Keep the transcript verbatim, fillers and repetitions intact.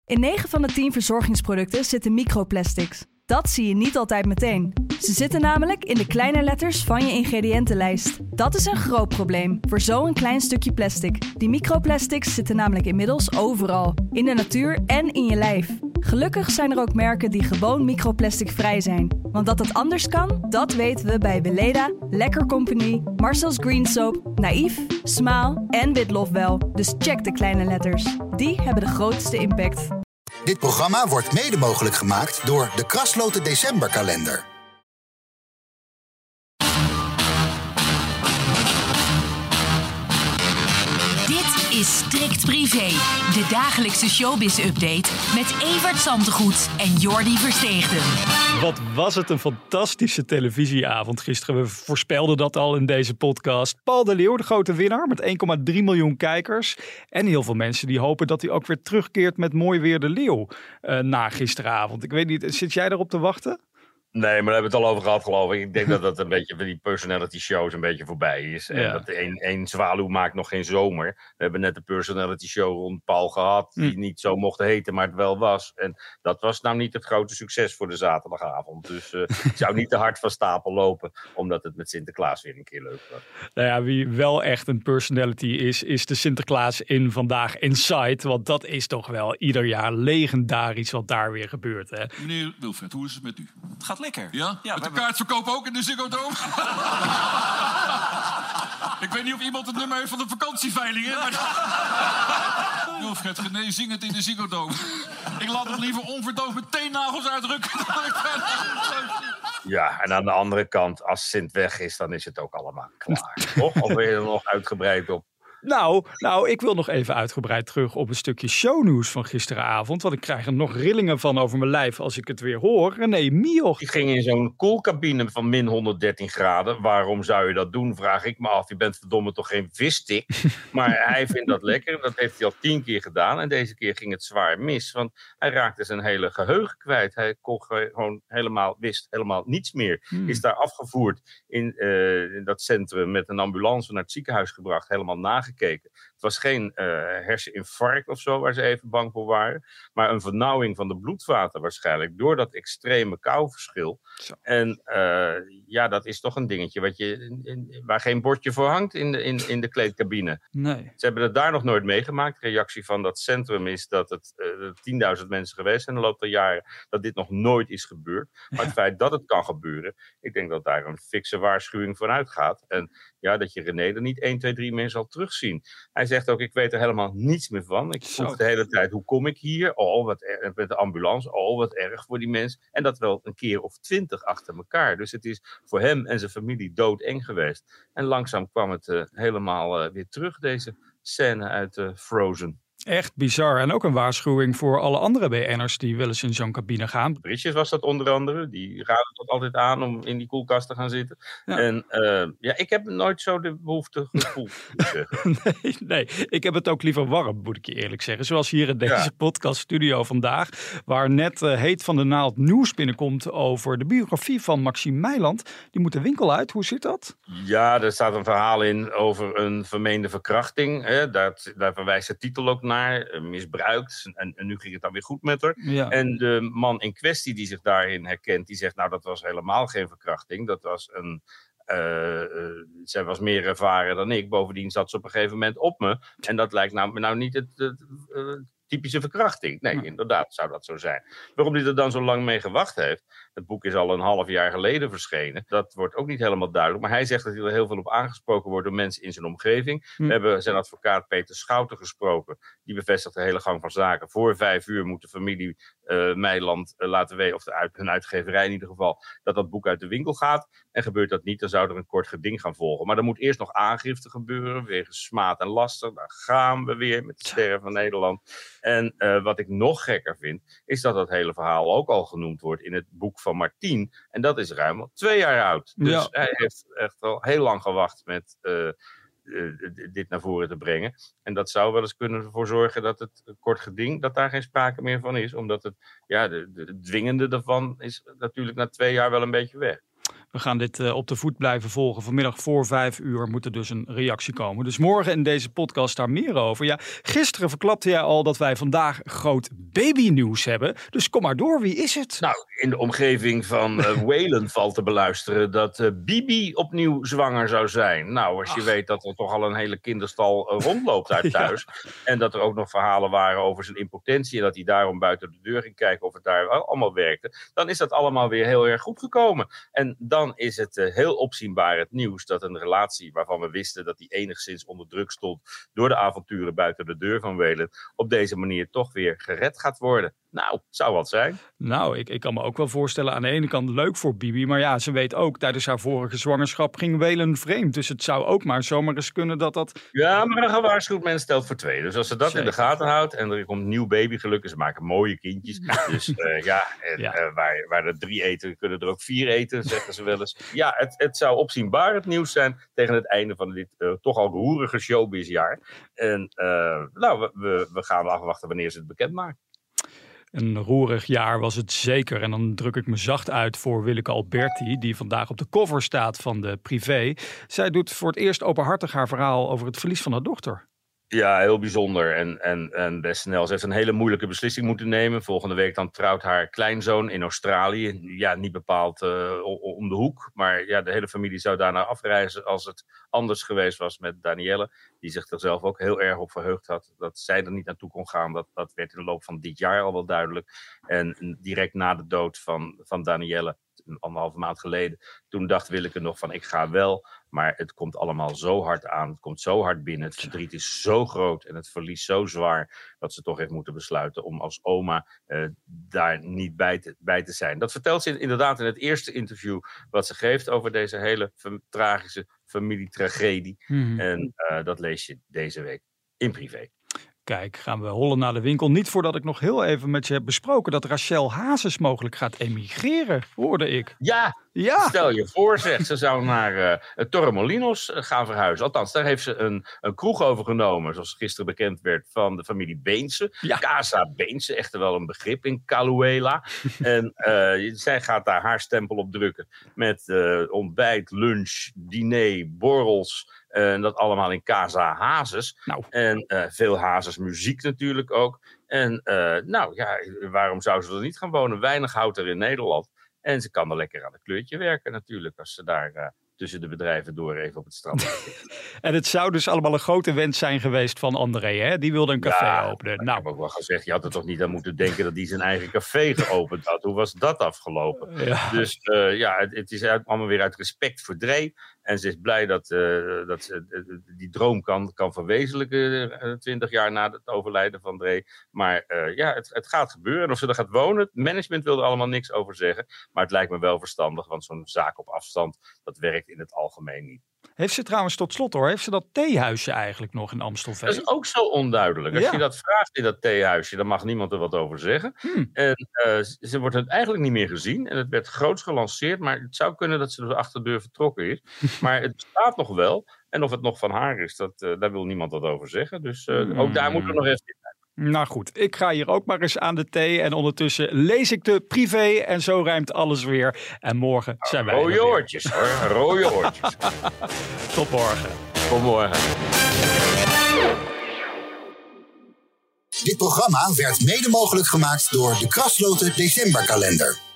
In negen van de tien verzorgingsproducten zitten microplastics. Dat zie je niet altijd meteen. Ze zitten namelijk in de kleine letters van je ingrediëntenlijst. Dat is een groot probleem voor zo'n klein stukje plastic. Die microplastics zitten namelijk inmiddels overal. In de natuur en in je lijf. Gelukkig zijn er ook merken die gewoon microplasticvrij zijn. Want dat het anders kan, dat weten we bij Weleda, Lekker Company, Marcel's Green Soap, Naïef, Smaal en Witlof wel. Dus check de kleine letters. Die hebben de grootste impact. Dit programma wordt mede mogelijk gemaakt door de Krasloten Decemberkalender. Dit is Strikt Privé, de dagelijkse showbiz-update met Evert Zantegoed en Jordi Versteegden. Wat was het een fantastische televisieavond gisteren. We voorspelden dat al in deze podcast. Paul de Leeuw, de grote winnaar met één komma drie miljoen kijkers. En heel veel mensen die hopen dat hij ook weer terugkeert met Mooi Weer de Leeuw uh, na gisteravond. Ik weet niet, zit jij daarop te wachten? Nee, maar daar hebben we het al over gehad, geloof ik. Ik denk dat dat een beetje van die personality shows een beetje voorbij is. En ja. dat één, één zwaluw maakt nog geen zomer. We hebben net een personality show rond Paul gehad, die hm. niet zo mocht heten, maar het wel was. En dat was nou niet het grote succes voor de zaterdagavond. Dus uh, het zou niet te hard van stapel lopen, omdat het met Sinterklaas weer een keer leuk was. Nou ja, wie wel echt een personality is, is de Sinterklaas in Vandaag Inside. Want dat is toch wel ieder jaar legendarisch wat daar weer gebeurt. Hè? Meneer Wilfred, hoe is het met u? Het gaat lekker. Ja? ja met de we... kaartverkoop ook in de Ziggo Dome? Ik weet niet of iemand het nummer heeft van de vakantieveiling. Hè? Maar... Wilfred, René, zing het in de Ziggo Dome. Ik laat het liever onverdoofd met teennagels uitdrukken. Ja, en aan de andere kant, als Sint weg is, dan is het ook allemaal klaar. Toch? Of ben je er nog uitgebreid op? Nou, nou, ik wil nog even uitgebreid terug op een stukje shownieuws van gisteravond. Want ik krijg er nog rillingen van over mijn lijf als ik het weer hoor. René Mioch. Die ging in zo'n koelcabine van min honderddertien graden. Waarom zou je dat doen, vraag ik me af. Je bent verdomme toch geen visstick. Maar hij vindt dat lekker. Dat heeft hij al tien keer gedaan. En deze keer ging het zwaar mis. Want hij raakte zijn hele geheugen kwijt. Hij kon gewoon helemaal, wist helemaal niets meer. Hmm. Is daar afgevoerd in, uh, in dat centrum met een ambulance naar het ziekenhuis gebracht. Helemaal nagekeken. Het was geen uh, herseninfarct of zo waar ze even bang voor waren. Maar een vernauwing van de bloedvaten waarschijnlijk. Door dat extreme kouverschil. Zo. En uh, ja, dat is toch een dingetje wat je, in, in, waar geen bordje voor hangt in de, in, in de kleedkabine. Nee. Ze hebben het daar nog nooit meegemaakt. De reactie van dat centrum is dat het uh, tienduizend mensen geweest zijn in de loop der jaren. Dat dit nog nooit is gebeurd. Maar ja. Het feit dat het kan gebeuren. Ik denk dat daar een fikse waarschuwing van uitgaat. En ja, dat je René er niet één, twee, drie mensen zal terugzien. Hij zegt ook, ik weet er helemaal niets meer van. Ik vroeg de hele tijd, hoe kom ik hier? Oh, wat erg, met de ambulance. Oh, wat erg voor die mens. En dat wel een keer of twintig achter elkaar. Dus het is voor hem en zijn familie doodeng geweest. En langzaam kwam het uh, helemaal uh, weer terug, deze scène uit uh, Frozen. Echt bizar. En ook een waarschuwing voor alle andere B N'ers die wel eens in zo'n cabine gaan. Bridges was dat onder andere. Die raden dat altijd aan om in die koelkast te gaan zitten. Ja. En uh, ja, ik heb nooit zo de behoefte gevoeld. nee, nee, ik heb het ook liever warm, moet ik je eerlijk zeggen. Zoals hier in deze ja. podcaststudio vandaag. Waar net uh, heet van de naald nieuws binnenkomt over de biografie van Maxime Meiland. Die moet de winkel uit. Hoe zit dat? Ja, er staat een verhaal in over een vermeende verkrachting. Hè. Daar, daar verwijst de titel ook naar. Misbruikt. En, en nu ging het dan weer goed met haar. Ja. En de man in kwestie die zich daarin herkent, die zegt, nou, dat was helemaal geen verkrachting. Dat was een... Uh, uh, zij was meer ervaren dan ik. Bovendien zat ze op een gegeven moment op me. En dat lijkt nou, nou niet het... het uh, typische verkrachting. Nee, inderdaad zou dat zo zijn. Waarom hij er dan zo lang mee gewacht heeft. Het boek is al een half jaar geleden verschenen. Dat wordt ook niet helemaal duidelijk. Maar hij zegt dat hij er heel veel op aangesproken wordt door mensen in zijn omgeving. Hm. We hebben zijn advocaat Peter Schouten gesproken. Die bevestigt de hele gang van zaken. Voor vijf uur moet de familie uh, Meiland uh, laten weten, of de uit, hun uitgeverij in ieder geval, dat dat boek uit de winkel gaat. En gebeurt dat niet, dan zou er een kort geding gaan volgen. Maar er moet eerst nog aangifte gebeuren, wegens smaad en laster. Daar gaan we weer met de Sterren van Nederland. En uh, wat ik nog gekker vind, is dat dat hele verhaal ook al genoemd wordt in het boek van Martien. En dat is ruim al twee jaar oud. Dus ja. Hij heeft echt al heel lang gewacht met uh, uh, dit naar voren te brengen. En dat zou wel eens kunnen ervoor zorgen dat het kort geding, dat daar geen sprake meer van is. Omdat het, ja, de, de, het dwingende daarvan is natuurlijk na twee jaar wel een beetje weg. We gaan dit uh, op de voet blijven volgen. Vanmiddag voor vijf uur moet er dus een reactie komen. Dus morgen in deze podcast daar meer over. Ja, gisteren verklapte jij al dat wij vandaag groot babynieuws hebben. Dus kom maar door, wie is het? Nou, in de omgeving van uh, Whalen valt te beluisteren dat uh, Bibi opnieuw zwanger zou zijn. Nou, als je Ach. weet dat er toch al een hele kinderstal uh, rondloopt uit thuis. Ja. En dat er ook nog verhalen waren over zijn impotentie. En dat hij daarom buiten de deur ging kijken of het daar allemaal werkte. Dan is dat allemaal weer heel erg goed gekomen. En dan is het uh, heel opzienbaar het nieuws dat een relatie waarvan we wisten dat die enigszins onder druk stond door de avonturen buiten de deur van Whalen, op deze manier toch weer gered gaat worden. Nou, zou wat zijn. Nou, ik, ik kan me ook wel voorstellen, aan de ene kant leuk voor Bibi, maar ja, ze weet ook, tijdens haar vorige zwangerschap ging Whalen vreemd. Dus het zou ook maar zomaar eens kunnen dat dat... Ja, maar een gewaarschuwd mens stelt voor twee. Dus als ze dat Zeker. in de gaten houdt en er komt een nieuw baby, gelukkig, ze maken mooie kindjes. Dus uh, ja, en, ja. Uh, waar, waar er drie eten, kunnen er ook vier eten, zeggen ze wel eens. Ja, het, het zou opzienbaar het nieuws zijn tegen het einde van dit uh, toch al roerige showbizjaar. En uh, nou, we, we, we gaan afwachten wanneer ze het bekend maken. Een roerig jaar was het zeker. En dan druk ik me zacht uit voor Willeke Alberti, die vandaag op de cover staat van de Privé. Zij doet voor het eerst openhartig haar verhaal over het verlies van haar dochter. Ja, heel bijzonder en, en, en best snel. Ze heeft een hele moeilijke beslissing moeten nemen. Volgende week dan trouwt haar kleinzoon in Australië. Ja, niet bepaald uh, om de hoek. Maar ja, de hele familie zou daarna afreizen als het anders geweest was met Danielle. Die zich er zelf ook heel erg op verheugd had. Dat zij er niet naartoe kon gaan. Dat, dat werd in de loop van dit jaar al wel duidelijk. En direct na de dood van, van Danielle, een anderhalve maand geleden, toen dacht Willeke nog van ik ga wel. Maar het komt allemaal zo hard aan. Het komt zo hard binnen. Het verdriet is zo groot en het verlies zo zwaar dat ze toch heeft moeten besluiten om als oma uh, daar niet bij te, bij te zijn. Dat vertelt ze inderdaad in het eerste interview wat ze geeft over deze hele tragische familietragedie. Mm-hmm. En uh, dat lees je deze week in Privé. Kijk, gaan we hollen naar de winkel. Niet voordat ik nog heel even met je heb besproken dat Rachel Hazes mogelijk gaat emigreren, hoorde ik. Ja, ja. Stel je voor, zegt ze zou naar uh, Torremolinos gaan verhuizen. Althans, daar heeft ze een, een kroeg overgenomen, zoals gisteren bekend werd, van de familie Beense. Ja. Casa Beense, echt wel een begrip in Caluela. En uh, zij gaat daar haar stempel op drukken met uh, ontbijt, lunch, diner, borrels. En uh, dat allemaal in Casa Hazes. Nou. En uh, veel Hazes muziek natuurlijk ook. En uh, nou ja, waarom zou ze er niet gaan wonen? Weinig houdt er in Nederland. En ze kan er lekker aan het kleurtje werken natuurlijk. Als ze daar uh, tussen de bedrijven door even op het strand zit. En het zou dus allemaal een grote wens zijn geweest van André, hè? Die wilde een café ja, openen. Nou. Ik heb ook wel gezegd, je had er toch niet aan moeten denken dat hij zijn eigen café geopend had. Hoe was dat afgelopen? Ja. Dus uh, ja, het, het is uit, allemaal weer uit respect voor Dree. En ze is blij dat, uh, dat ze uh, die droom kan, kan verwezenlijken twintig uh, jaar na het overlijden van Dree. Maar uh, ja, het, het gaat gebeuren. En of ze er gaat wonen, het management wil er allemaal niks over zeggen. Maar het lijkt me wel verstandig, want zo'n zaak op afstand, dat werkt in het algemeen niet. Heeft ze trouwens tot slot hoor, heeft ze dat theehuisje eigenlijk nog in Amstelveen? Dat is ook zo onduidelijk. Als ja. je dat vraagt in dat theehuisje, dan mag niemand er wat over zeggen. Hmm. En uh, ze wordt het eigenlijk niet meer gezien. En het werd groots gelanceerd, maar het zou kunnen dat ze door de achterdeur vertrokken is. Maar het bestaat nog wel. En of het nog van haar is, dat, uh, daar wil niemand wat over zeggen. Dus uh, hmm. ook daar moeten we nog even in zijn. Nou goed, ik ga hier ook maar eens aan de thee. En ondertussen lees ik de Privé. En zo rijmt alles weer. En morgen zijn wij Rode oortjes hoor, rode oortjes. Tot morgen. Tot morgen. Dit programma werd mede mogelijk gemaakt door de Krasloten Decemberkalender.